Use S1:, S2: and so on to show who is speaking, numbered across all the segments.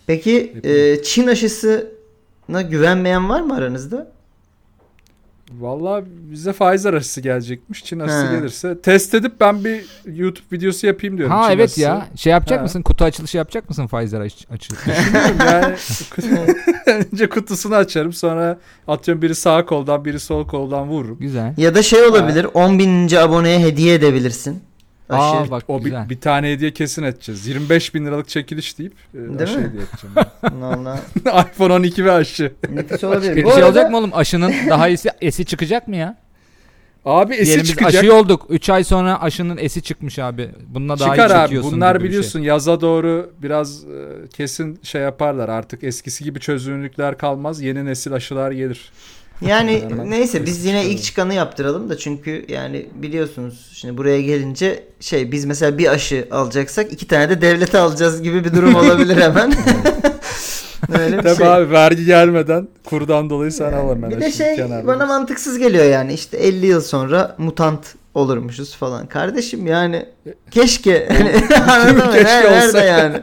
S1: Peki Çin aşısına güvenmeyen var mı aranızda?
S2: Vallahi bize Pfizer aşısı gelecekmiş. Çin aşısı gelirse test edip ben bir YouTube videosu yapayım diyorum.
S3: Ha
S2: Çin
S3: evet
S2: aşısı.
S3: ya. Şey yapacak mısın? Kutu açılışı yapacak mısın Pfizer açılışı?
S2: Düşünüyorum yani. Önce kutusunu açarım, sonra atıyorum biri sağ koldan biri sol koldan vururum.
S3: Güzel.
S1: Ya da şey olabilir, 10.000. aboneye hediye edebilirsin.
S3: Aa bak
S2: O
S3: güzel.
S2: bir tane hediye kesin edeceğiz. 25.000 liralık çekiliş deyip aşı
S1: mi?
S2: hediye edeceğim.
S1: Vallahi
S2: iPhone 12 ve aşı.
S1: nefis olabilir.
S3: Bir
S1: Bu
S3: şey
S1: arada
S3: olacak mı oğlum? Aşının daha esi çıkacak mı ya?
S2: Abi esi
S3: Diyelim biz
S2: çıkacak.
S3: aşı olduk. 3 ay sonra aşının esi çıkmış abi. Bununla daha
S2: Çıkar
S3: iyi
S2: abi.
S3: çekiyorsun
S2: Bunlar
S3: gibi bir
S2: biliyorsun yaza doğru biraz kesin şey yaparlar. Artık eskisi gibi çözünürlükler kalmaz. Yeni nesil aşılar gelir.
S1: yani
S2: Hemen
S1: neyse biz yine
S2: çıkaralım.
S1: ilk çıkanı yaptıralım da, çünkü yani biliyorsunuz şimdi buraya gelince biz mesela bir aşı alacaksak 2 tane de devlete alacağız gibi bir durum olabilir hemen. Öyle bir
S2: Tabii
S1: şey.
S2: abi vergi gelmeden kurdan dolayı sen alamam.
S1: Bir de bana mantıksız geliyor yani, işte 50 yıl sonra mutant olurmuşuz falan. Kardeşim yani keşke. Anladın mı?
S2: Keşke
S1: Nerede
S2: olsa.
S1: yani?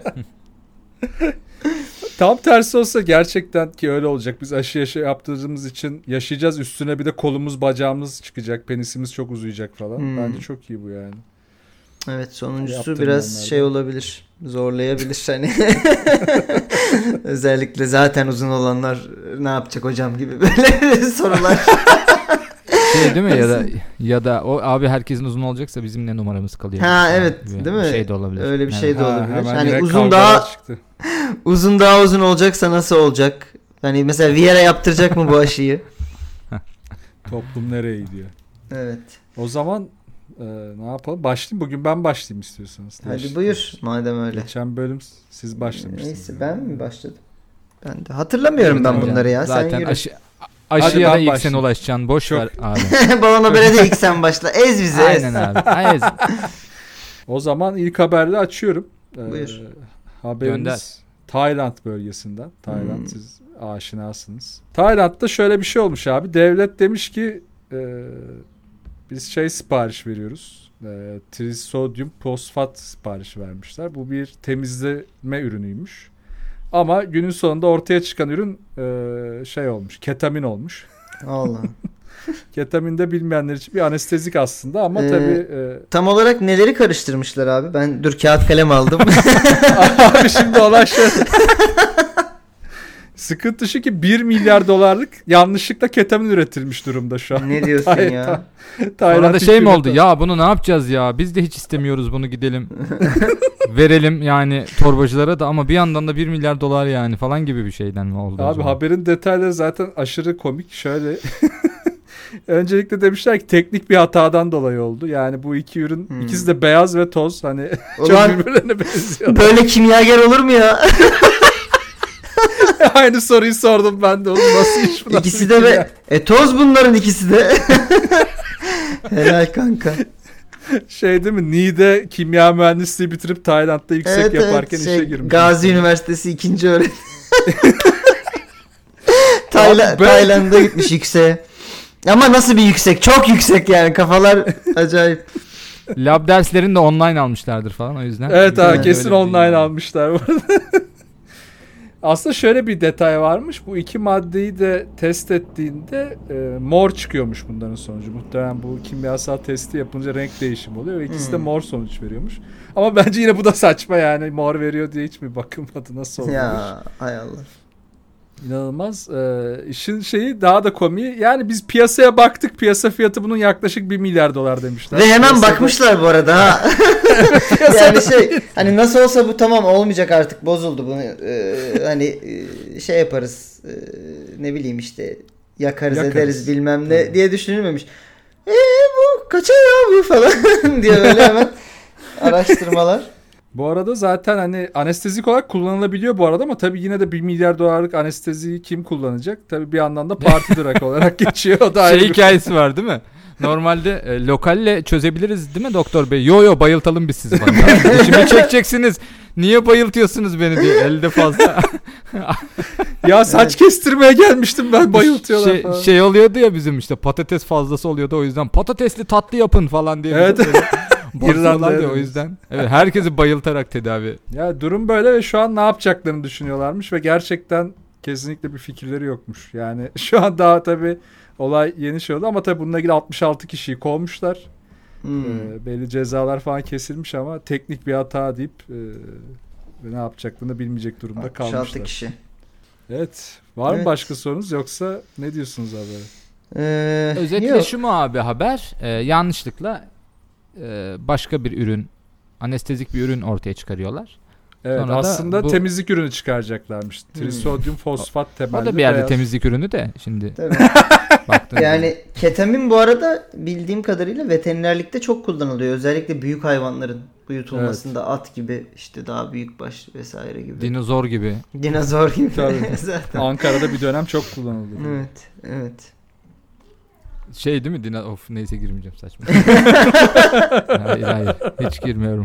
S2: Tam tersi olsa gerçekten ki öyle olacak. Biz aşı yaptırdığımız için yaşayacağız. Üstüne bir de kolumuz bacağımız çıkacak. Penisimiz çok uzayacak falan. Bence çok iyi bu yani.
S1: Evet, sonuncusu
S2: Yaptırmayanlar
S1: biraz
S2: da.
S1: olabilir. Zorlayabilir hani. Özellikle zaten uzun olanlar ne yapacak hocam gibi böyle sorular.
S3: şey değil mi ya da o abi herkesin uzun olacaksa bizim ne numaramız kalıyor?
S1: Ha
S3: Falan
S1: evet,
S3: gibi
S1: değil mi?
S3: Bir şey de olabilir.
S1: Öyle bir şey de olabilir.
S2: Hemen
S1: Hani
S2: direkt
S1: uzun
S2: kavgalar çıktı.
S1: daha uzun olacaksa nasıl olacak? Hani mesela Vieira yaptıracak mı bu aşıyı?
S2: Toplum nereye gidiyor?
S1: Evet.
S2: O zaman ne yapalım? Başlayayım. Bugün ben başlayayım istiyorsanız.
S1: Hadi buyur madem öyle.
S2: Geçen bölüm siz başlamıştınız.
S1: Neyse, ben mi başladım? Ben de hatırlamıyorum
S3: Evet,
S1: ben
S3: hocam.
S1: bunları ya.
S3: Zaten
S1: Sen yürü.
S3: aşıya
S2: ben
S3: da ilk sen
S2: başlayayım.
S3: ulaşacaksın. Boş
S2: Çok-
S3: ver abi.
S1: Balon habere de ilk sen başla. Ez bizi, ez.
S3: Aynen abi.
S2: O zaman ilk haberde açıyorum.
S1: Buyur.
S2: Haberimiz
S3: Gönder.
S2: Tayland bölgesinden. Tayland siz aşinasınız. Tayland'da şöyle bir şey olmuş abi. Devlet demiş ki biz sipariş veriyoruz. Trisodyum fosfat siparişi vermişler. Bu bir temizleme ürünüymüş. Ama günün sonunda ortaya çıkan ürün olmuş. Ketamin olmuş.
S1: Allah.
S2: Ketamin de bilmeyenler için bir anestezik aslında ama tabii
S1: Tam olarak neleri karıştırmışlar abi? Ben dur kağıt kalem aldım.
S2: abi şimdi olan şey sıkıntı şu ki 1 milyar dolarlık yanlışlıkla ketamin üretilmiş durumda şu an.
S1: Ne diyorsun ya?
S3: Sonra da şey mi oldu? Ya bunu ne yapacağız ya? Biz de hiç istemiyoruz bunu, gidelim. Verelim yani torbacılara da, ama bir yandan da 1 milyar dolar yani falan gibi bir şeyden mi oldu?
S2: Abi haberin detayları zaten aşırı komik. Şöyle öncelikle demişler ki teknik bir hatadan dolayı oldu. Yani bu iki ürün ikisi de beyaz ve toz. Hani
S1: Ulan,
S2: çok birbirlerine benziyor.
S1: böyle kimyager olur mu ya?
S2: Aynı soruyu sordum ben de. Oğlum nasıl iş bu? Nasıl
S1: İkisi
S2: bir
S1: de
S2: kimya?
S1: toz bunların ikisi de. Helal kanka.
S2: Değil mi? Niğde kimya mühendisliği bitirip Tayland'da yüksek yaparken işe girmiş.
S1: Gazi Üniversitesi 2. öğretim.
S2: Abi
S1: Tayland'a gitmiş yükseğe. Ama nasıl bir yüksek? Çok yüksek yani, kafalar acayip.
S3: Lab derslerini de online almışlardır falan, o yüzden.
S2: Evet abi
S1: Evet,
S2: kesin
S3: öyle bir
S2: online
S3: şey.
S2: almışlar bu arada. Aslında şöyle bir detay varmış. Bu iki maddeyi de test ettiğinde mor çıkıyormuş bunların sonucu. Muhtemelen bu kimyasal testi yapınca renk değişimi oluyor ve ikisi de mor sonuç veriyormuş. Ama bence yine bu da saçma yani. Mor veriyor diye hiç mi bakılmadı, nasıl olmuş?
S1: Ya hay Allah.
S2: İnanılmaz. İşin şeyi daha da komiği. Yani biz piyasaya baktık. Piyasa fiyatı bunun yaklaşık 1 milyar dolar demişler.
S1: Ve hemen
S2: Piyasada...
S1: bakmışlar bu arada ha. Yani hani nasıl olsa bu tamam olmayacak artık, bozuldu bunu. Hani yaparız. Ne bileyim işte yakarız ederiz bilmem ne diye düşünülmemiş. Bu kaça ya bu falan diye böyle hemen araştırmalar.
S2: Bu arada zaten hani anestezik olarak kullanılabiliyor bu arada ama tabii yine de 1 milyar dolarlık anesteziyi kim kullanacak? Tabii bir yandan da parti drug olarak geçiyor. O da ayrı
S3: hikayesi var değil mi? Normalde lokalle çözebiliriz değil mi doktor bey? Yo bayıltalım biz sizi bana. Şimdi çekeceksiniz. Niye bayıltıyorsunuz beni diye, elde fazla.
S2: Ya saç kestirmeye gelmiştim ben, bayıltıyorlar falan.
S3: Şey oluyordu ya bizim işte patates fazlası oluyordu, o yüzden patatesli tatlı yapın falan diye.
S2: Evet.
S3: Bozuyorlar da o yüzden. Evet, herkesi bayıltarak tedavi.
S2: Ya durum böyle ve şu an ne yapacaklarını düşünüyorlarmış ve gerçekten kesinlikle bir fikirleri yokmuş. Yani şu an daha tabii olay yeni şey oldu ama tabii bununla ilgili 66 kişiyi kovmuşlar. Belli cezalar falan kesilmiş ama teknik bir hata deyip ne yapacaklarını bilmeyecek durumda kalmışlar.
S1: 66 kişi.
S2: Evet. Var mı başka sorunuz yoksa ne diyorsunuz habere?
S3: Özetle şu mu abi haber? Yanlışlıkla başka bir ürün, anestezik bir ürün ortaya çıkarıyorlar.
S2: Evet,
S3: sonra
S2: aslında temizlik ürünü çıkaracaklarmış. Trisodyum fosfat temelli.
S3: O da bir yerde temizlik ürünü de şimdi.
S1: Yani ketamin bu arada bildiğim kadarıyla veterinerlikte çok kullanılıyor. Özellikle büyük hayvanların uyutulmasında, evet. At gibi, işte daha büyük baş vesaire gibi.
S3: Dinozor gibi.
S1: Dinozor gibi.
S2: Zaten. Ankara'da bir dönem çok kullanıldı.
S1: Evet.
S3: Şey değil mi? Of neyse girmeyeceğim, saçma. Hayır. Hiç girmiyorum.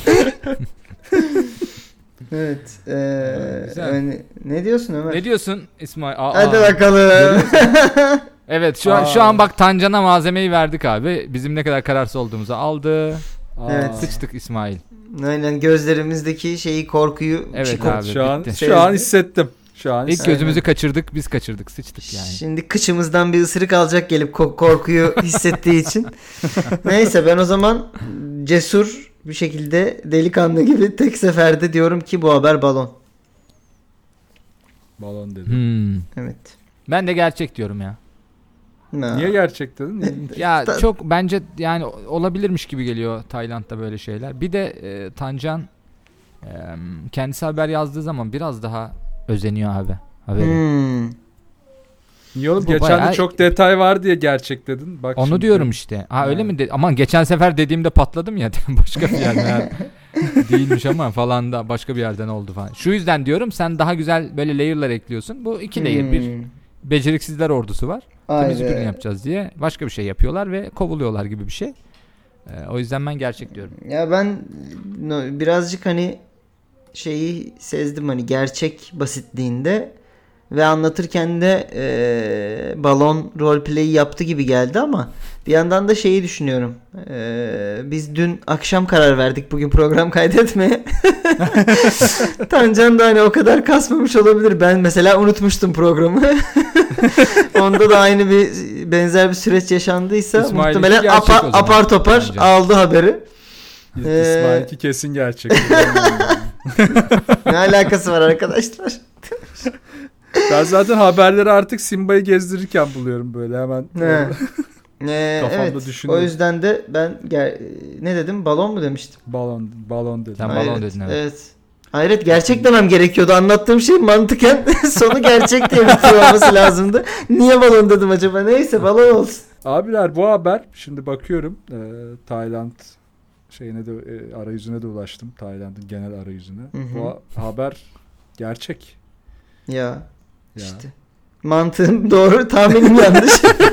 S1: Evet. Yani, ne diyorsun Ömer?
S3: Ne diyorsun İsmail?
S1: Hadi bakalım.
S3: Evet şu an bak Tancan'a malzemeyi verdik abi. Bizim ne kadar kararsız olduğumuzu aldı. Evet. Sıçtık İsmail.
S1: Aynen, gözlerimizdeki şeyi, korkuyu.
S3: Evet abi.
S2: Şu an hissettim.
S3: İlk gözümüzü kaçırdık, biz kaçırdık, sıçtık yani.
S1: Şimdi kıçımızdan bir ısırık alacak gelip korkuyu hissettiği için. Neyse, ben o zaman cesur bir şekilde, delikanlı gibi tek seferde diyorum ki bu haber balon.
S2: Balon dedim.
S1: Evet.
S3: Ben de gerçek diyorum ya.
S2: Niye gerçek dedin?
S3: Ya çok bence yani olabilirmiş gibi geliyor Tayland'da böyle şeyler. Bir de Tancan kendisi haber yazdığı zaman biraz daha özeniyor abi haberi.
S2: Niye oğlum? Geçen de çok detay var diye gerçek dedin. Bak
S3: onu şimdi diyorum işte. Öyle mi? Aman geçen sefer dediğimde patladım ya. Başka bir yerden değilmiş ama falan da başka bir yerden oldu falan. Şu yüzden diyorum, sen daha güzel böyle layer'lar ekliyorsun. Bu 2 layer bir beceriksizler ordusu var. Temizlik ürün yapacağız diye başka bir şey yapıyorlar ve kovuluyorlar gibi bir şey. O yüzden ben gerçek diyorum.
S1: Ya ben birazcık hani şeyi sezdim, hani gerçek basitliğinde ve anlatırken de balon roleplay yaptı gibi geldi ama bir yandan da şeyi düşünüyorum. Biz dün akşam karar verdik bugün program kaydetmeye. Tancan da hani o kadar kasmamış olabilir. Ben mesela unutmuştum programı. Onda da aynı bir benzer bir süreç yaşandıysa İsmail muhtemelen apar topar aldı haberi.
S2: İsmail'inki kesin gerçek.
S1: Ne alakası var arkadaşlar?
S2: Ben zaten haberleri artık Simba'yı gezdirirken buluyorum böyle hemen.
S1: Evet. O yüzden de ben ne dedim? Balon mu demiştim?
S2: Balon dedim.
S3: Sen balon dedin, evet.
S1: Hayret, gerçek demem gerekiyordu. Anlattığım şey mantıken sonu gerçek diye bitiyor olması lazımdı. Niye balon dedim acaba? Neyse, balon olsun.
S2: Abiler, bu haber şimdi bakıyorum Tayland şeyine de arayüzüne de ulaştım. Tayland'ın genel arayüzüne. Bu haber gerçek.
S1: Ya. İşte. Mantığım doğru, tahminim yanlış.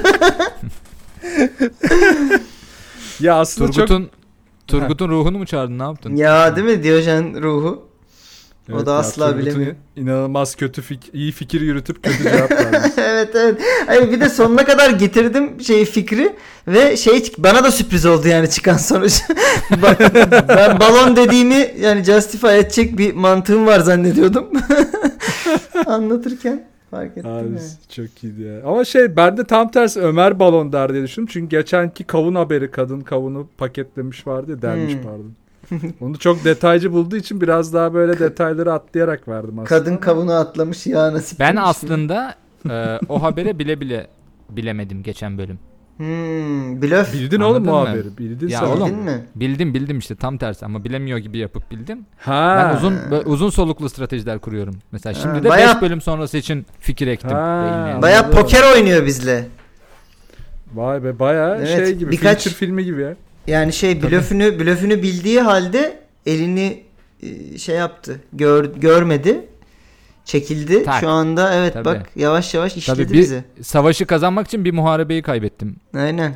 S2: Ya aslında
S3: Turgut'un ruhunu mu çağırdın, ne yaptın?
S1: Ya değil mi, Diyojen ruhu. Evet, o da asla bilemiyor.
S2: İnanılmaz iyi fikir yürütüp kötü cevap vermiş.
S1: Evet. Hayır, bir de sonuna kadar getirdim fikri ve bana da sürpriz oldu yani çıkan sonuç. Ben balon dediğimi yani justify edecek bir mantığım var zannediyordum. Anlatırken fark ettim.
S2: Abi çok iyiydi ya. Ama ben de tam tersi Ömer balon der diye düşündüm. Çünkü geçenki kavun haberi, kadın kavunu paketlemiş vardı ya, dermiş pardon. Onu çok detaycı bulduğu için biraz daha böyle detayları atlayarak verdim aslında.
S1: Kadın kavunu atlamış ya, nasip.
S3: Ben aslında o habere bile bilemedim geçen bölüm.
S1: Blöf.
S2: Bildin oğlum o haberi. Bildin
S3: ya
S2: sen.
S3: Oğlum,
S1: mi?
S3: Bildim işte tam tersi ama bilemiyor gibi yapıp bildim. Ben uzun soluklu stratejiler kuruyorum. Mesela şimdi de 5 bölüm sonrası için fikir ektim.
S1: Bayağı poker oynuyor bizle.
S2: Vay be, bayağı şey gibi, feature filmi gibi ya. Yani
S1: blöfünü bildiği halde elini yaptı. Görmedi. Çekildi. Şu anda evet, bak yavaş yavaş işledi bizi.
S3: Savaşı kazanmak için bir muharebeyi kaybettim.
S1: Aynen.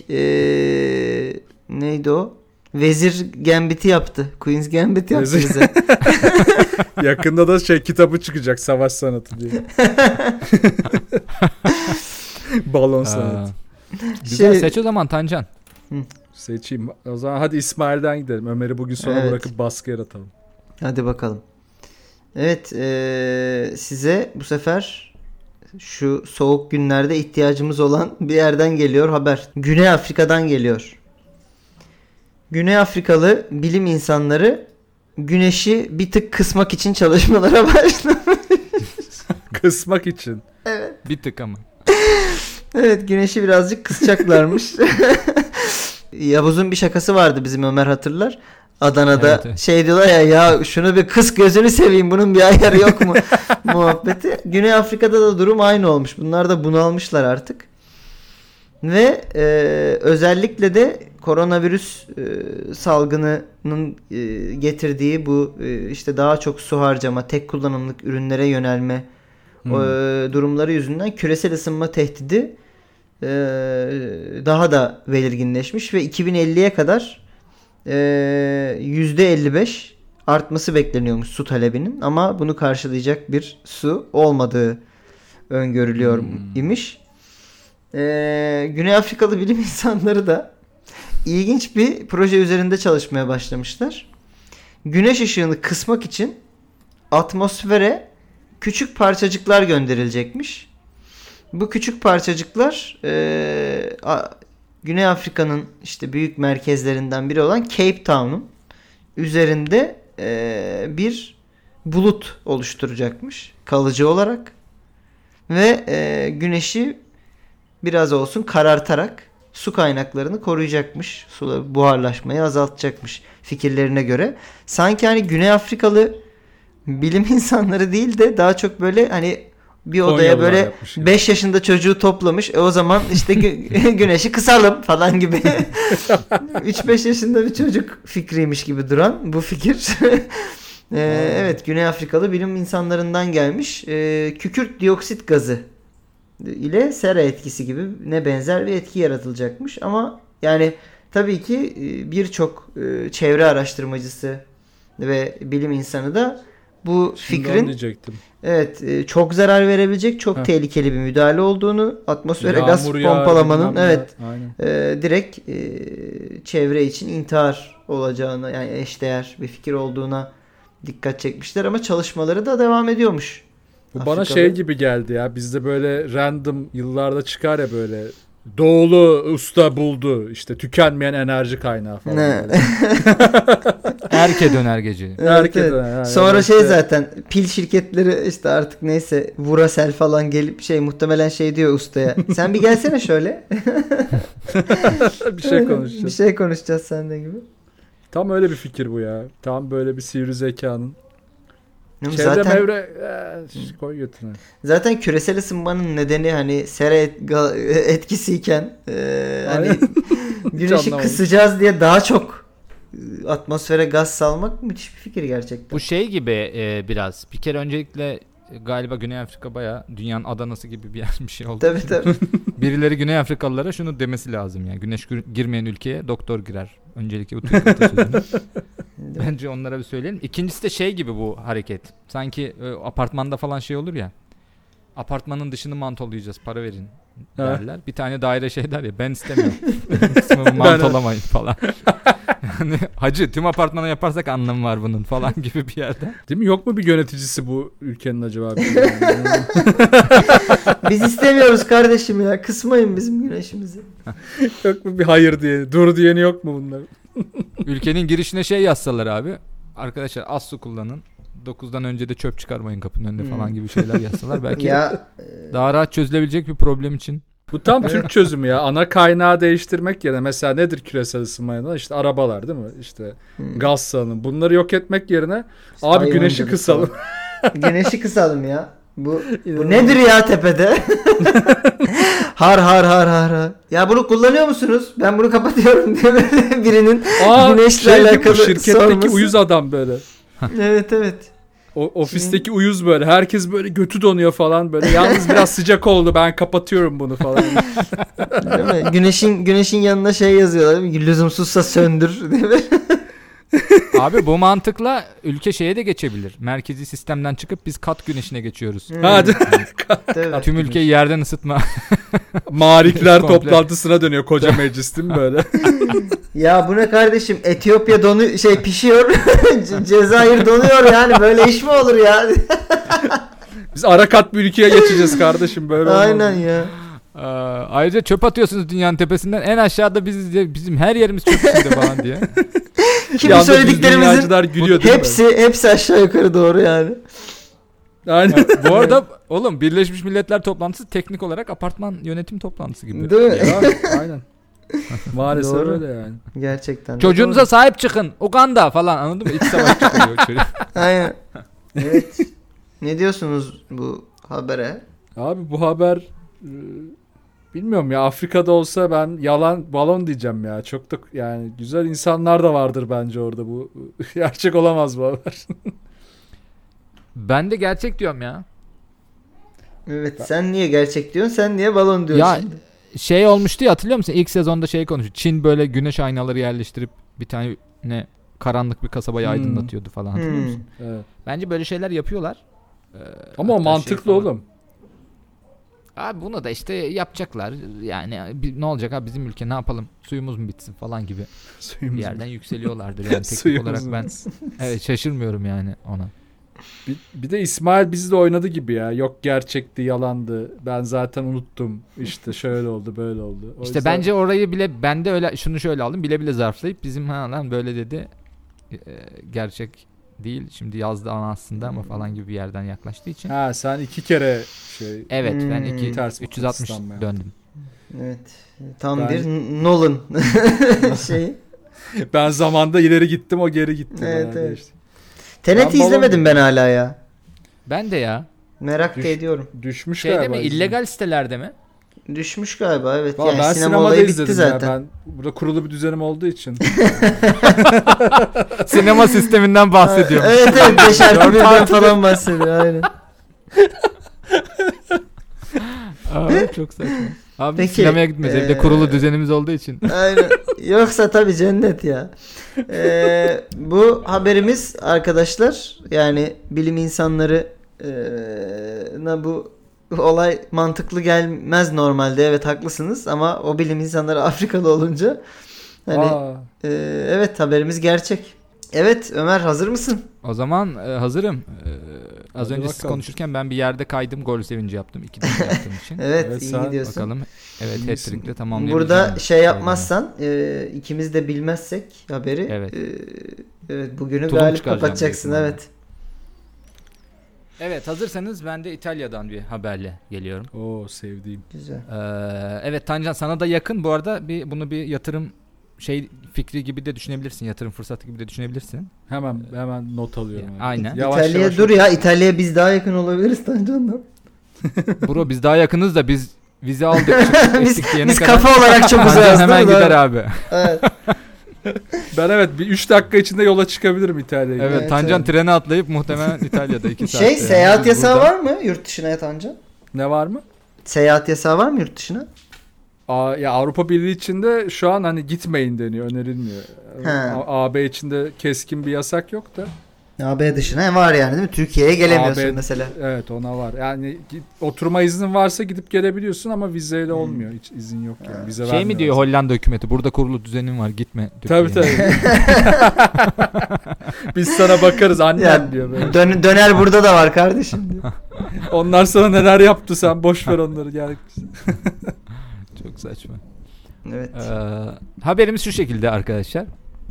S1: Neydi o? Vezir Gambit'i yaptı. Queen's Gambit yaptı bize.
S2: Yakında da kitabı çıkacak, savaş sanatı diye. Balon sanatı.
S3: Güzel, seç o zaman Tancan.
S2: Seçeyim. O zaman hadi İsmail'den gidelim. Ömer'i bugün sonra bırakıp baskı yaratalım.
S1: Hadi bakalım. Evet, size bu sefer şu soğuk günlerde ihtiyacımız olan bir yerden geliyor haber. Güney Afrika'dan geliyor. Güney Afrikalı bilim insanları güneşi bir tık kısmak için çalışmalara başlamış.
S2: Kısmak için.
S1: Evet.
S3: Bir tık ama.
S1: Evet, güneşi birazcık kısacaklarmış. Yavuz'un bir şakası vardı, bizim Ömer hatırlar. Adana'da evet. Şey diyorlar ya şunu bir kıs gözünü seveyim, bunun bir ayarı yok mu muhabbeti. Güney Afrika'da da durum aynı olmuş. Bunlar da bunalmışlar artık. Ve özellikle de koronavirüs salgınının getirdiği bu işte daha çok su harcama, tek kullanımlık ürünlere yönelme durumları yüzünden küresel ısınma tehdidi daha da belirginleşmiş ve 2050'ye kadar %55 artması bekleniyormuş su talebinin, ama bunu karşılayacak bir su olmadığı öngörülüyor imiş. Güney Afrikalı bilim insanları da ilginç bir proje üzerinde çalışmaya başlamışlar. Güneş ışığını kısmak için atmosfere küçük parçacıklar gönderilecekmiş. Bu küçük parçacıklar Güney Afrika'nın işte büyük merkezlerinden biri olan Cape Town'un üzerinde bir bulut oluşturacakmış kalıcı olarak ve güneşi biraz olsun karartarak su kaynaklarını koruyacakmış. Su buharlaşmayı azaltacakmış fikirlerine göre. Sanki hani Güney Afrikalı bilim insanları değil de daha çok böyle hani bir odaya böyle 5 yaşında çocuğu toplamış. O zaman işte güneşi kısalım falan gibi. 3-5 yaşında bir çocuk fikriymiş gibi duran bu fikir. Evet, Güney Afrikalı bilim insanlarından gelmiş. Kükürt dioksit gazı ile sera etkisi gibi ne benzer bir etki yaratılacakmış. Ama yani tabii ki birçok çevre araştırmacısı ve bilim insanı da bu fikrin çok zarar verebilecek, çok tehlikeli bir müdahale olduğunu, atmosfere gaz pompalamanın direkt çevre için intihar olacağını, yani eşdeğer bir fikir olduğuna dikkat çekmişler, ama çalışmaları da devam ediyormuş.
S2: Bu bana şey gibi geldi ya, bizde böyle random yıllarda çıkar ya böyle doğulu usta buldu işte tükenmeyen enerji kaynağı falan.
S3: Erke döner gece.
S1: Evet. Sonra zaten pil şirketleri işte artık neyse Vuracell falan gelip muhtemelen diyor ustaya. Sen bir gelsene şöyle. Bir şey konuşacağız seninle gibi.
S2: Tam öyle bir fikir bu ya. Tam böyle bir sivri zekanın. Çevre koy götüne.
S1: Zaten küresel ısınmanın nedeni hani sera etkisiyken hani güneşi kısacağız diye daha çok atmosfere gaz salmak müthiş bir fikir gerçekten.
S3: Bu gibi biraz. Bir kere öncelikle galiba Güney Afrika bayağı dünyanın Adana'sı gibi bir şey oldu.
S1: Tabii.
S3: Birileri Güney Afrikalılara şunu demesi lazım yani. Güneş girmeyen ülkeye doktor girer. Öncelikle bu Türk atasözünü. Bence onlara bir söyleyelim. İkincisi de gibi bu hareket. Sanki apartmanda falan olur ya. Apartmanın dışını mantolayacağız, para verin derler. Bir tane daire der ya, ben istemiyorum. Kısmımı mantolamayın falan. Yani hacı tüm apartmana yaparsak anlamı var bunun falan gibi bir yerde.
S2: Değil mi? Yok mu bir yöneticisi bu ülkenin acaba?
S1: Biz istemiyoruz kardeşim ya. Kısmayın bizim güneşimizi.
S2: Yok mu bir hayır diye? Dur diyeni yok mu bunlar?
S3: Ülkenin girişine yazsalar abi. Arkadaşlar az su kullanın. 9'dan önce de çöp çıkarmayın kapının önünde falan gibi şeyler yazsalar. Belki daha rahat çözülebilecek bir problem için.
S2: Bu tam Türk çözümü ya. Ana kaynağı değiştirmek yerine mesela nedir küresel ısınmaya? İşte arabalar değil mi? İşte gaz salınım. Bunları yok etmek yerine abi güneşi kısalım.
S1: Güneşi kısalım ya. Bu nedir ya tepede? har. Ya bunu kullanıyor musunuz? Ben bunu kapatıyorum diye birinin güneşle alakalı
S2: şirketteki
S1: sorması.
S2: Uyuz adam böyle.
S1: Evet.
S2: Ofisteki uyuz böyle. Herkes böyle götü donuyor falan böyle. Yalnız biraz sıcak oldu. Ben kapatıyorum bunu falan.
S1: Değil mi? Güneşin yanına yazıyorlar değil mi? Lüzumsuzsa söndür değil mi?
S3: Abi bu mantıkla ülke şeye de geçebilir. Merkezi sistemden çıkıp biz kat güneşine geçiyoruz.
S2: Hadi.
S1: Tabii.
S3: Tüm ülkeyi yerden ısıtma.
S2: Marikler
S3: Komple.
S2: toplantısına dönüyor koca meclis değil mi böyle?
S1: Ya bu ne kardeşim? Etiyopya pişiyor. Cezayir donuyor yani. Böyle iş mi olur ya?
S2: Biz Arakat bir ülkeye geçeceğiz kardeşim böyle olmaz.
S1: Aynen ya.
S3: Ayrıca çöp atıyorsunuz dünyanın tepesinden. En aşağıda biziz diye, bizim her yerimiz çöp içinde falan diye.
S1: Kimi
S2: Yalnız
S1: söylediklerimizin
S2: dünyacılar gülüyor değil mi
S1: hepsi aşağı yukarı doğru yani.
S2: Aynen.
S3: Bu arada oğlum Birleşmiş Milletler toplantısı teknik olarak apartman yönetim toplantısı gibi.
S1: Değil mi?
S2: Ya, aynen. Maalesef
S1: Doğru.
S2: öyle yani.
S1: Gerçekten. de
S3: Çocuğunuza
S1: doğru.
S3: sahip çıkın. Uganda falan, anladın mı? İç savaş çıkıyor çocuk.
S1: Aynen. Evet. Ne diyorsunuz bu habere?
S2: Abi bu haber bilmiyorum ya, Afrika'da olsa ben yalan balon diyeceğim ya. Çok da yani güzel insanlar da vardır bence orada, bu gerçek olamaz bu haber.
S3: Ben de gerçek diyorum ya.
S1: Evet, sen niye gerçek diyorsun? Sen niye balon diyorsun?
S3: Ya
S1: şimdi?
S3: şey olmuştu ya, hatırlıyor musun? İlk sezonda şey konuşuyor. Çin böyle güneş aynaları yerleştirip bir tane karanlık bir kasabayı aydınlatıyordu falan, hatırlıyor musun?
S2: Evet.
S3: Bence böyle şeyler yapıyorlar.
S2: Ama o
S3: Hatta
S2: mantıklı
S3: falan.
S2: oğlum.
S3: Abi bunu da işte yapacaklar. Yani ne olacak abi, bizim ülke ne yapalım? Suyumuz mu bitsin falan gibi bir
S2: Suyumuz.
S3: yerden yükseliyorlardır yani teknik
S2: Suyumuz
S3: olarak
S2: mu
S3: ben.
S2: bitsin?
S3: Evet, şaşırmıyorum yani ona.
S2: Bir de İsmail bizle oynadı gibi ya. Yok gerçekti, yalandı. Ben zaten unuttum. İşte şöyle oldu, böyle oldu. O
S3: İşte
S2: yüzden-
S3: bence orayı bile ben de öyle şunu şöyle aldım, bile bile zarflayıp bizim lan böyle dedi. Gerçek değil. Şimdi yazdı ama aslında ama falan gibi bir yerden yaklaştığı için.
S2: Ha, sen 2 kere şey.
S3: Evet, ben
S2: Ters
S3: 360
S2: İstanbul'a.
S3: döndüm.
S1: Evet. Tam
S2: Ben-
S1: bir Nolan şeyi.
S2: Ben zamanda ileri gittim, o geri gitti.
S1: Evet,
S2: Bayağı
S1: evet.
S2: değişti.
S1: Tenet'i
S2: Ben balon-
S1: izlemedim ben hala ya.
S3: Ben de ya.
S1: Merak da
S2: Düş-
S1: ediyorum.
S2: Düşmüş
S3: Şeyde
S2: galiba.
S3: mi, illegal sitelerde mi?
S1: Düşmüş galiba, evet.
S2: Vallahi
S1: Yani
S2: ben
S1: sinema
S2: sinemada
S1: olayı bitti
S2: izledim
S1: zaten.
S2: ya. Ben burada kurulu bir düzenim olduğu için.
S3: Sinema sisteminden bahsediyorum.
S1: Evet evet, 5+1'den falan bahsediyor aynen.
S3: Aa, çok saçma. Abi
S1: Peki,
S3: sinemaya gitmez. Evde kurulu düzenimiz olduğu için.
S1: Aynen. Yoksa tabii cennet ya. Bu haberimiz arkadaşlar, yani bilim insanları bu olay mantıklı gelmez normalde. Evet, haklısınız ama o bilim insanları Afrikalı olunca hani
S2: Aa,
S1: evet, haberimiz gerçek. Evet Ömer, hazır mısın?
S3: O zaman hazırım. Az
S2: Hadi
S3: önce siz
S2: bakalım.
S3: konuşurken ben bir yerde kaydım, gol sevinci yaptım. 2 tane yaptığım için.
S1: Evet,
S2: Evet,
S1: iyi
S2: sen
S1: gidiyorsun.
S3: Bakalım. Evet,
S2: İyisin.
S3: hat-trick'le tamamlayabileceğim.
S1: Burada şey yapmazsan, ikimiz de bilmezsek haberi,
S3: Evet.
S1: Evet, bugünü
S3: Tulum
S1: galip
S3: çıkaracağım
S1: kapatacaksın,
S3: büyük
S1: evet.
S3: Evet, hazırsanız ben de İtalya'dan bir haberle geliyorum.
S2: o sevdiğim.
S1: Güzel.
S3: Evet Tancan, sana da yakın. Bu arada bunu bir yatırım fikri gibi de düşünebilirsin. Yatırım fırsatı gibi de düşünebilirsin.
S2: Hemen not alıyorum. abi.
S3: Aynen.
S1: İtalya'ya dur ya, İtalya'ya biz daha yakın olabiliriz Tancan'dan.
S3: Bro, biz daha yakınız da biz vize aldık. Çıktık,
S1: Biz,
S3: ettik diyene
S1: biz
S3: kadar.
S1: kafa olarak çok
S3: Tancan
S1: uzağız
S3: hemen
S1: değil mi?
S3: gider abi.
S1: Evet.
S2: Ben bir 3 dakika içinde yola çıkabilirim İtalya'ya.
S3: Evet,
S1: Evet,
S3: Tancan
S1: evet.
S3: trene atlayıp muhtemelen İtalya'da 2 saat.
S1: Şey, seyahat yasağı var mı yurt dışına ya Tancan?
S2: Ne var mı?
S1: Seyahat yasağı var mı yurt dışına?
S2: Ya Avrupa Birliği içinde şu an hani gitmeyin deniyor, önerilmiyor.
S1: Ha.
S2: AB içinde keskin bir yasak yok da.
S1: AB dışına var yani, değil mi? Türkiye'ye gelemiyorsun
S2: AB
S1: mesela.
S2: Evet, ona var. Yani oturma iznin varsa gidip gelebiliyorsun ama vizeyle olmuyor. Hiç izin yok yani. Vize
S3: Şey mi
S2: vermiyor
S3: diyor
S2: aslında.
S3: Hollanda hükümeti? Burada kurulu düzenin var, gitme.
S2: Tabii
S3: Türkiye'ye.
S2: tabii. Biz sana bakarız annen
S1: Ya,
S2: diyor böyle.
S1: döner burada da var kardeşim diyor.
S2: Onlar sana neler yaptı, sen boş ver onları gel.
S3: Çok saçma.
S1: Evet.
S3: Haberimiz şu şekilde arkadaşlar.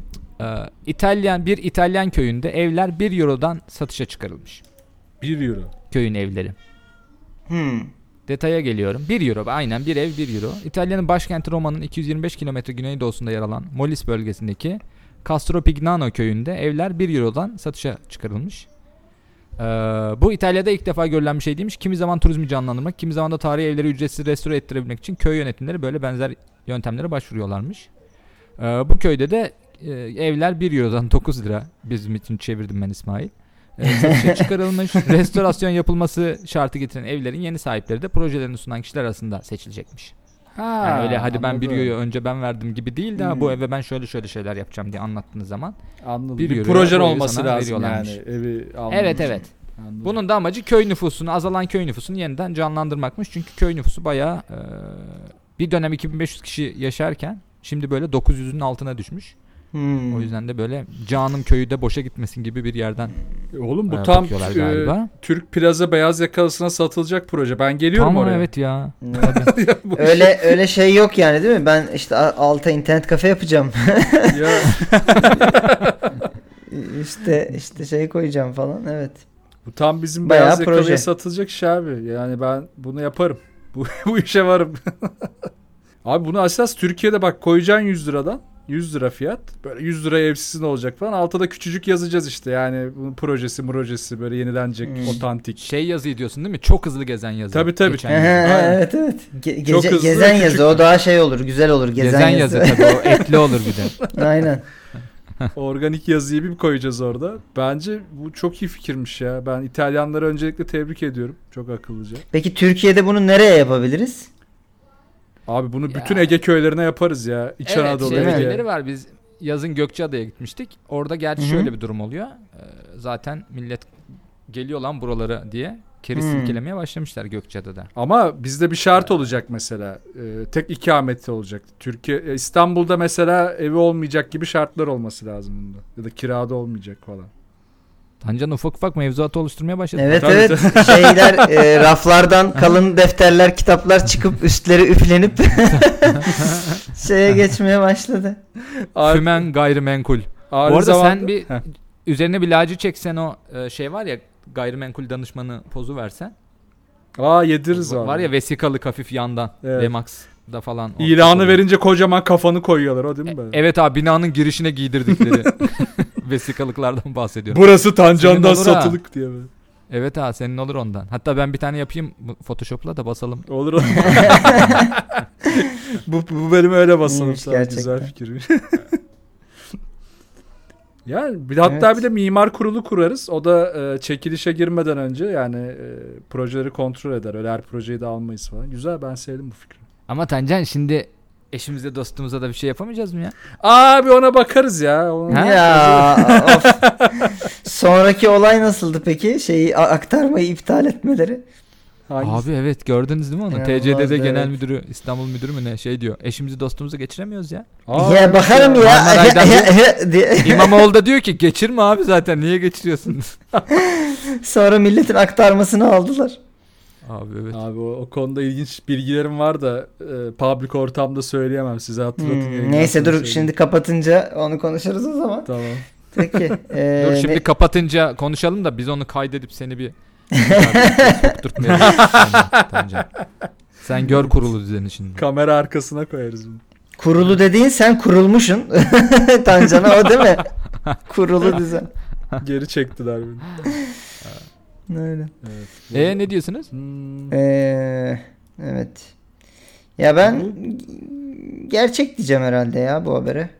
S3: Bir İtalyan köyünde evler 1 Euro'dan satışa çıkarılmış.
S2: 1 euro.
S3: Köyün evleri.
S1: Hmm.
S3: Detaya geliyorum. 1 Euro. Aynen, bir ev 1 Euro. İtalya'nın başkenti Roma'nın 225 kilometre güneydoğusunda yer alan Molise bölgesindeki Castropignano köyünde evler 1 Euro'dan satışa çıkarılmış. Bu İtalya'da ilk defa görülen bir şey değilmiş. Kimi zaman turizmi canlandırmak, kimi zaman da tarihi evleri ücretsiz restore ettirebilmek için köy yönetimleri böyle benzer yöntemlere başvuruyorlarmış. Bu köyde de evler 1 Euro'dan 9 lira, bizim için çevirdim ben İsmail, satışa çıkarılmış. Restorasyon yapılması şartı getiren evlerin yeni sahipleri de projelerini sunan kişiler arasında seçilecekmiş. Yani öyle hadi ben
S2: anladım.
S3: bir euroyu önce ben verdim gibi değil de bu eve ben şöyle şeyler yapacağım diye anlattığınız zaman.
S2: Anladım.
S3: Bir
S2: Bir
S3: euro
S2: projen
S3: bu evi
S2: olması
S3: sana
S2: lazım
S3: veriyorlarmış.
S2: yani evi almak
S3: Evet
S2: için.
S3: evet.
S2: Anladım.
S3: Bunun da amacı köy nüfusunu, azalan köy nüfusunu yeniden canlandırmakmış. Çünkü köy nüfusu bayağı bir dönem 2500 kişi yaşarken şimdi böyle 900'ün altına düşmüş. O yüzden de böyle canım köyü de boşa gitmesin gibi bir yerden
S2: Oğlum bu tam
S3: bakıyorlar galiba.
S2: Türk Plaza beyaz yakalısına satılacak proje. Ben geliyorum
S3: Tamam
S2: oraya.
S3: evet ya.
S2: Bu
S1: Öyle şey yok yani değil mi? Ben işte alta internet kafe yapacağım.
S2: ya,
S1: işte şey koyacağım falan. Evet.
S2: bu tam bizim
S1: Bayağı
S2: beyaz yakalıya
S1: proje.
S2: satılacak iş abi. Yani ben bunu yaparım. Bu işe varım. Abi bunu esas Türkiye'de bak koyacaksın 100 liradan. 100 lira fiyat. Böyle 100 liraya evsizin olacak falan. Altta da küçücük yazacağız işte. Yani bunun projesi böyle yenilenecek, otantik.
S3: Şey yazıyı diyorsun değil mi? Çok hızlı gezen yazı.
S2: Tabii.
S3: Geçen yazı.
S2: Aynen.
S1: Evet.
S2: Çok hızlı,
S1: Gezen yazı
S2: küçük.
S1: o daha şey olur, güzel olur.
S3: Gezen yazı tabii o etli olur bir de.
S1: Aynen.
S2: Organik yazıyı bir koyacağız orada. Bence bu çok iyi fikirmiş ya. Ben İtalyanları öncelikle tebrik ediyorum. Çok akıllıca.
S1: Peki Türkiye'de bunu nereye yapabiliriz?
S2: Abi bunu bütün Ege köylerine yaparız ya. İç
S3: Evet
S2: Anadolu
S3: şey
S2: Ege.
S3: köyleri var. Biz yazın Gökçeada'ya gitmiştik. Orada gerçi şöyle bir durum oluyor. Zaten millet geliyor lan buralara diye keriz silkelemeye başlamışlar Gökçeada'da.
S2: Ama bizde bir şart olacak mesela. Tek ikameti olacak. Türkiye İstanbul'da mesela evi olmayacak gibi şartlar olması lazım bunda. Ya da kirada olmayacak falan.
S3: Tancan ufak ufak mevzuatı oluşturmaya başladı.
S1: Evet
S2: Tabii,
S1: evet. Şeyler raflardan kalın defterler, kitaplar çıkıp üstleri üflenip şeye geçmeye başladı.
S3: Fümen gayrimenkul. Bu arada sen bir üzerine bir lacı çeksen o şey var ya gayrimenkul danışmanı pozu versen.
S2: Yediririz abi.
S3: Var ya vesikalık hafif yandan.
S2: Evet.
S3: Remax'da falan.
S2: İlanı verince kocaman kafanı koyuyorlar o değil mi böyle?
S3: Evet abi binanın girişine giydirdikleri vesikalıklardan bahsediyorum.
S2: Burası Tancan'dan
S3: Senin olur ha.
S2: satılık diye böyle.
S3: Evet ha senin olur ondan. Hatta ben bir tane yapayım Photoshop'la da basalım.
S2: Olur. bu bölümü öyle basalım.
S1: İyiymiş
S2: Sana.
S1: gerçekten.
S2: Güzel fikir. Yani hatta bir de mimar kurulu kurarız. O da çekilişe girmeden önce yani projeleri kontrol eder. Öyle her projeyi de almayız falan. Güzel, ben sevdim bu fikri.
S3: Ama Tancan şimdi eşimize dostumuza da bir şey yapamayacağız mı ya?
S2: Abi ona bakarız ya.
S3: Ha?
S1: Ya of. Sonraki olay nasıldı peki? Şeyi aktarmayı iptal etmeleri.
S2: Hangisi?
S3: Abi evet gördünüz değil mi onu?
S1: İnanılmazdı,
S3: TCD'de genel
S1: evet.
S3: müdürü, İstanbul müdürü mü ne şey diyor. Eşimizi dostumuzu geçiremiyoruz ya.
S1: Ya bakarım ya.
S3: Marmaray'dan
S1: diye.
S3: İmamoğlu da diyor ki geçirme abi zaten niye geçiriyorsunuz?
S1: Sonra milletin aktarmasını aldılar.
S3: Abi evet.
S2: Abi o konuda ilginç bilgilerim var da public ortamda söyleyemem, size hatırlatın.
S1: Neyse dur şimdi kapatınca onu konuşuruz o zaman.
S2: Tamam.
S1: Peki.
S3: Dur şimdi kapatınca konuşalım da biz onu kaydedip seni bir sokturtmayalım. Tancan. Sen gör kurulu düzeni şimdi.
S2: Kamera arkasına koyarız bunu.
S1: Kurulu dediğin sen kurulmuşsun. Tancan'a o değil mi? Kurulu düzen.
S2: Geri çektiler beni.
S1: Öyle.
S2: Evet.
S3: Ne diyorsunuz?
S1: Evet. Ya ben gerçek diyeceğim herhalde ya bu habere.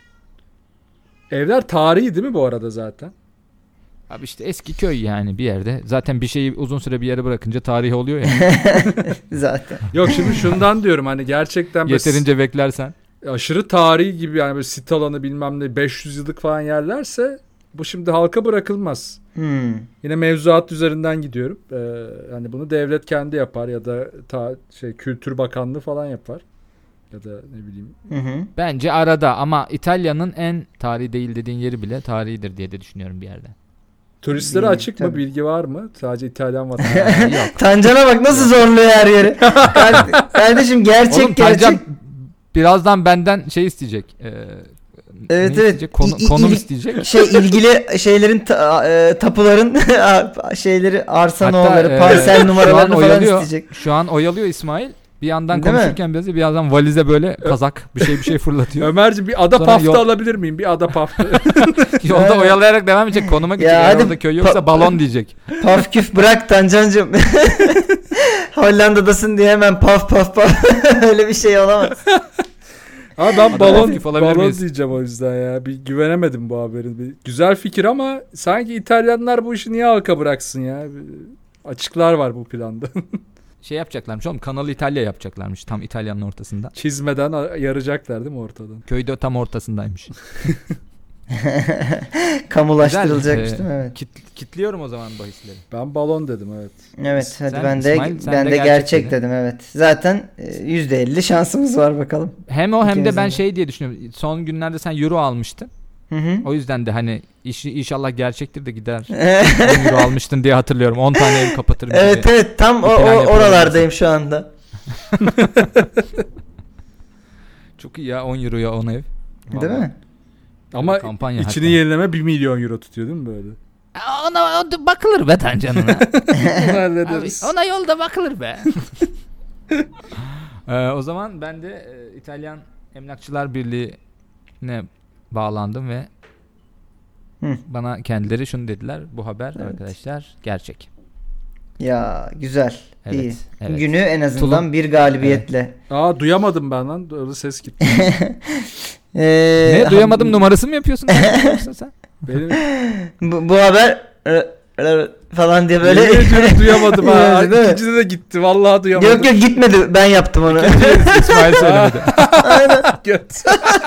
S2: Evler tarihi değil mi bu arada zaten?
S3: Abi işte eski köy yani bir yerde. Zaten bir şeyi uzun süre bir yere bırakınca tarihi oluyor ya.
S1: Zaten.
S2: Yok şimdi şundan diyorum, hani gerçekten
S3: Yeterince beklersen.
S2: aşırı tarihi gibi yani böyle sit alanı bilmem ne 500 yıllık falan yerlerse bu şimdi halka bırakılmaz. Yine mevzuat üzerinden gidiyorum. Yani bunu devlet kendi yapar ya da Kültür Bakanlığı falan yapar. Ya da ne bileyim.
S3: Bence arada ama İtalya'nın en tarihi değil dediğin yeri bile tarihidir diye de düşünüyorum bir yerde.
S2: Turistlere açık mı?
S1: Tabii.
S2: Bilgi var mı? Sadece İtalyan vatandaşı.
S3: Yok.
S1: Tancan'a bak nasıl zorluyor her yeri. Kardeşim gerçek
S3: Oğlum Tancan
S1: gerçek.
S3: birazdan benden şey isteyecek.
S1: Evet,
S3: ne
S1: evet.
S3: isteyecek? Konum isteyecek.
S1: İlgili şeylerin tapuların şeyleri arsa
S3: Hatta,
S1: numaraları, parsel numaralarını falan
S3: oyalıyor.
S1: isteyecek.
S3: Şu an oyalıyor İsmail. Bir yandan
S1: Değil mi?
S3: konuşurken bir yandan valize böyle kazak bir şey fırlatıyor.
S2: Ömerciğim bir ada
S3: Sonra
S2: pafta alabilir miyim? Bir ada pafta.
S3: Yolda
S1: Evet.
S3: oyalayarak devam edecek. Konuma gidecek.
S1: Ya
S3: Eğer
S1: hadi
S3: orada köy yoksa balon diyecek.
S1: Paf küf bırak Tancancığım. Hollanda'dasın diye hemen paf paf paf. Öyle bir şey olamaz.
S2: Abi ben balon
S3: aktif olabilir
S2: balon
S3: miyiz?
S2: diyeceğim o yüzden ya. Bir güvenemedim bu haberin. Bir güzel fikir ama sanki İtalyanlar bu işi niye halka bıraksın ya? Açıklar var bu planda.
S3: şey yapacaklarmış oğlum. Kanalı İtalya yapacaklarmış tam İtalya'nın ortasında.
S2: Çizmeden yaracaklar değil mi ortadan?
S3: Köyde tam ortasındaymış.
S1: Kamulaştırılacakmış
S3: Güzel.
S1: değil mi? Evet.
S3: Kitliyorum o zaman bahisleri.
S2: Ben balon dedim evet.
S1: Evet hadi
S3: Sen,
S1: ben de
S3: İsmail, sen
S1: ben
S3: de
S1: de
S3: gerçek
S1: gerçek
S3: dedin.
S1: dedim evet. Zaten %50 şansımız var bakalım.
S3: Hem o hem de
S1: İkimizin
S3: ben
S1: de.
S3: şey diye düşünüyorum. Son günlerde sen euro almıştın.
S1: Hı hı.
S3: O yüzden de hani inşallah gerçektir de gider. 10 euro almıştın diye hatırlıyorum. 10 tane ev kapatırım gibi.
S1: Evet evet tam
S3: Bir plan yapalım
S1: oralardayım şu anda.
S3: Çok iyi ya 10 euroya 10 ev.
S1: Değil
S3: Vallahi.
S1: mi?
S2: Ama
S3: Kampanya
S2: içini
S3: hatta.
S2: yenileme 1 milyon euro tutuyor değil mi böyle?
S3: Ona bakılır be Tancan'ına.
S2: Bunu
S3: Abi,
S2: hallederiz.
S3: ona yolda bakılır be. O zaman ben de İtalyan Emlakçılar Birliği'ne bağlandım ve
S1: Hı.
S3: bana kendileri şunu dediler. Bu haber
S1: Evet.
S3: arkadaşlar gerçek.
S1: Ya güzel.
S3: Evet,
S1: İyi.
S3: evet.
S1: Günü en azından
S3: Tulum.
S1: bir galibiyetle.
S2: Aa duyamadım ben lan. Öyle ses gitti.
S3: Ne duyamadım numarası mı yapıyorsun? Yoksa sen?
S2: Benim
S1: Bu haber falan diye böyle.
S2: yemin ediyorum duyamadım ha.
S1: Yani değil mi?
S2: İkincide de gitti. Vallahi duyamadım.
S1: Yok gitmedi. Ben yaptım onu.
S3: İsmail söylemedi.
S2: Göt.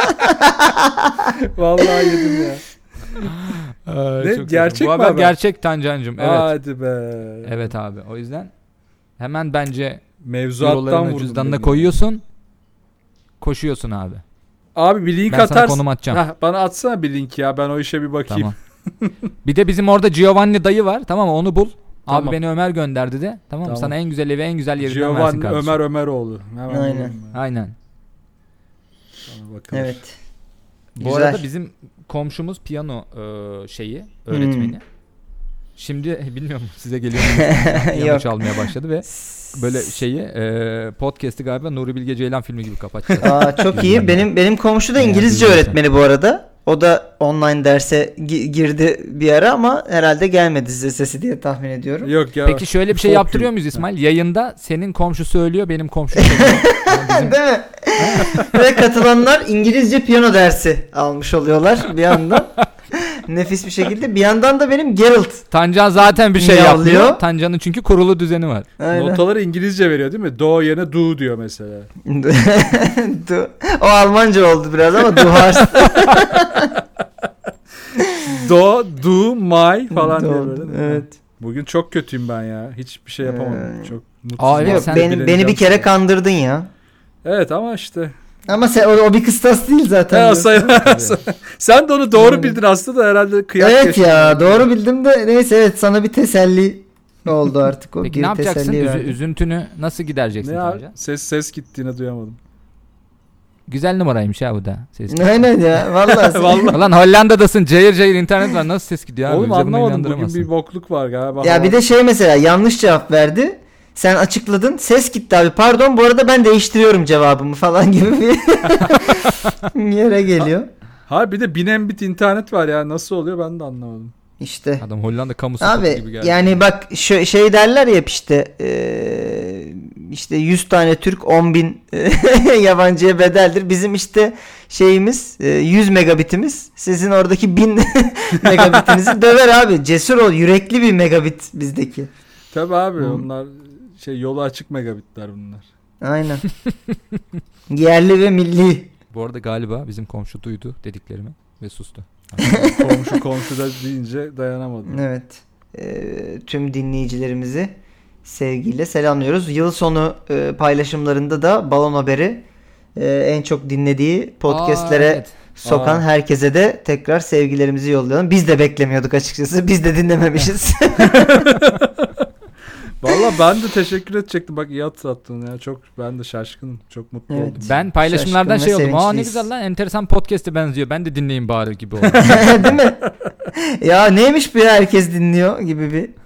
S2: Vallahi yedim ya. Ne,
S3: Çok
S2: gerçek
S3: güzel. Bu
S2: mi
S3: haber
S2: haber?
S3: gerçek Tancancığım. Evet.
S2: Hadi be.
S3: Evet abi. O yüzden hemen bence
S2: Mevzuattan
S3: eurolarını
S2: vurdum.
S3: cüzdanına
S2: beni.
S3: koyuyorsun. Koşuyorsun abi.
S2: Abi bir link
S3: Ben sana
S2: atarsın.
S3: konum atacağım.
S2: Heh, bana atsana bir link ya. Ben o işe bir bakayım.
S3: Tamam. Bir de bizim orada Giovanni dayı var. Tamam mı? Onu bul.
S2: Tamam.
S3: Abi beni Ömer gönderdi de. Tamam mı?
S2: Tamam.
S3: Sana en güzel evi en güzel yerinden versin
S2: Giovanni
S3: kardeşim.
S2: Ömeroğlu. Hemen
S1: Aynen.
S2: bulalım ya.
S3: Aynen.
S2: Tamam, bakalım.
S1: Evet.
S3: Bu
S1: Güzel.
S3: arada bizim komşumuz piyano öğretmeni. Şimdi bilmiyorum size geliyor mu? Piyano
S1: Yok.
S3: çalmaya başladı ve böyle podcast'i galiba Nuri Bilge Ceylan filmi gibi kapatacağız.
S1: Aa, çok iyi. Benim komşu da
S3: Eğer
S1: İngilizce
S3: duyuyorsan.
S1: öğretmeni bu arada. O da online derse girdi bir ara ama herhalde gelmedi size sesi diye tahmin ediyorum.
S2: Yok ya.
S3: Peki şöyle bir şey
S2: Çok
S3: yaptırıyor
S2: iyi.
S3: muyuz İsmail? Yayında senin komşu söylüyor, benim komşu söylüyor. Yani bizim
S1: Değil mi? Ve katılanlar İngilizce piyano dersi almış oluyorlar bir yandan. Nefis bir şekilde. Bir yandan da benim Geralt.
S3: Tancan zaten bir şey
S1: Miyavlıyor.
S3: yapmıyor. Tancan'ın çünkü kurulu düzeni var.
S1: Aynen.
S2: Notaları İngilizce veriyor değil mi? Do yerine do diyor mesela.
S1: O Almanca oldu biraz ama duhar.
S2: Do, do, my falan diye böyle. değil mi?
S1: Evet.
S2: Bugün çok kötüyüm ben ya. Hiçbir şey yapamadım. Çok mutsuzum.
S3: Aa, evet,
S1: Yok,
S3: sen
S1: beni bir kere kandırdın ya.
S2: Evet ama işte.
S1: Ama o bir kıstas değil zaten.
S2: Ha,
S1: diyorsun.
S2: sen de onu doğru bildin aslında da herhalde kıyak
S1: Evet
S2: geçtin.
S1: ya doğru bildim de neyse evet sana bir teselli oldu artık o.
S3: Peki
S1: bir
S3: ne yapacaksın?
S1: teselli verdi.
S3: Üzüntünü nasıl gidereceksin
S2: Ne ya?
S3: Tancan?
S2: Ses gittiğini duyamadım.
S3: Güzel numaraymış ha bu da. Ses.
S1: Aynen ya vallahi.
S2: Vallahi.
S3: Ulan Hollanda'dasın. Cayır cayır internet var. Nasıl ses gidiyor abi?
S2: Oğlum
S3: Bize bunu
S2: anlamadım. Bugün
S3: inandıramazsın.
S2: bir bokluk var galiba.
S1: Ya bir de şey mesela yanlış cevap verdi. Sen açıkladın. Ses gitti abi. Pardon bu arada ben değiştiriyorum cevabımı falan gibi bir yere geliyor.
S2: Ha bir de 1000 Mbit internet var ya. Nasıl oluyor ben de anlamadım.
S1: İşte.
S3: Adam Hollanda kamu spotu
S1: Abi
S3: gibi geldi.
S1: yani bak şey derler ya hep işte işte 100 tane Türk 10.000 yabancıya bedeldir. Bizim işte şeyimiz 100 megabitimiz sizin oradaki 1000 megabitinizi döver abi. Cesur ol. Yürekli bir megabit bizdeki.
S2: Tabii abi onlar yolu açık megabitler bunlar.
S1: Aynen. Yerli ve milli.
S3: Bu arada galiba bizim komşu duydu dediklerimi ve sustu.
S2: komşu da deyince dayanamadım.
S1: Evet. Tüm dinleyicilerimizi sevgiyle selamlıyoruz. Yıl sonu paylaşımlarında da Balon Haber'i en çok dinlediği podcastlere
S3: evet.
S1: sokan herkese de tekrar sevgilerimizi yollayalım. Biz de beklemiyorduk açıkçası. Biz de dinlememişiz.
S2: Valla ben de teşekkür edecektim. Bak iyi hatırlattın ya. Ben de şaşkınım. Çok mutlu
S1: Evet.
S2: oldum.
S3: Ben paylaşımlardan
S1: Şaşkın ve
S3: oldum. Aa ne
S1: sevinçliyiz.
S3: güzel lan enteresan podcast'e benziyor. Ben de dinleyeyim bari gibi oldu.
S1: Değil mi? Ya neymiş bu ya herkes dinliyor gibi bir.